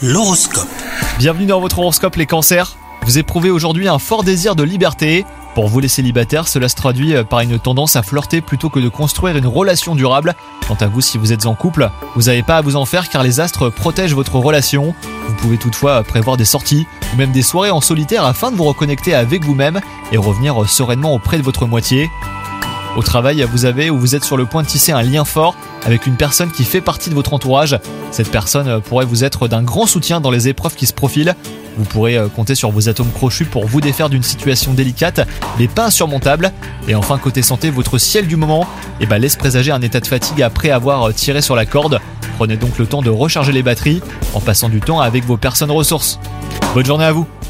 L'horoscope. Bienvenue dans votre horoscope les cancers. Vous éprouvez aujourd'hui un fort désir de liberté. Pour vous les célibataires, cela se traduit par une tendance à flirter plutôt que de construire une relation durable. Quant à vous, si vous êtes en couple, vous n'avez pas à vous en faire car les astres protègent votre relation. Vous pouvez toutefois prévoir des sorties ou même des soirées en solitaire afin de vous reconnecter avec vous-même et revenir sereinement auprès de votre moitié. Au travail, vous avez ou vous êtes sur le point de tisser un lien fort avec une personne qui fait partie de votre entourage. Cette personne pourrait vous être d'un grand soutien dans les épreuves qui se profilent. Vous pourrez compter sur vos atomes crochus pour vous défaire d'une situation délicate, mais pas insurmontable. Et enfin, côté santé, votre ciel du moment laisse présager un état de fatigue après avoir tiré sur la corde. Prenez donc le temps de recharger les batteries en passant du temps avec vos personnes ressources. Bonne journée à vous!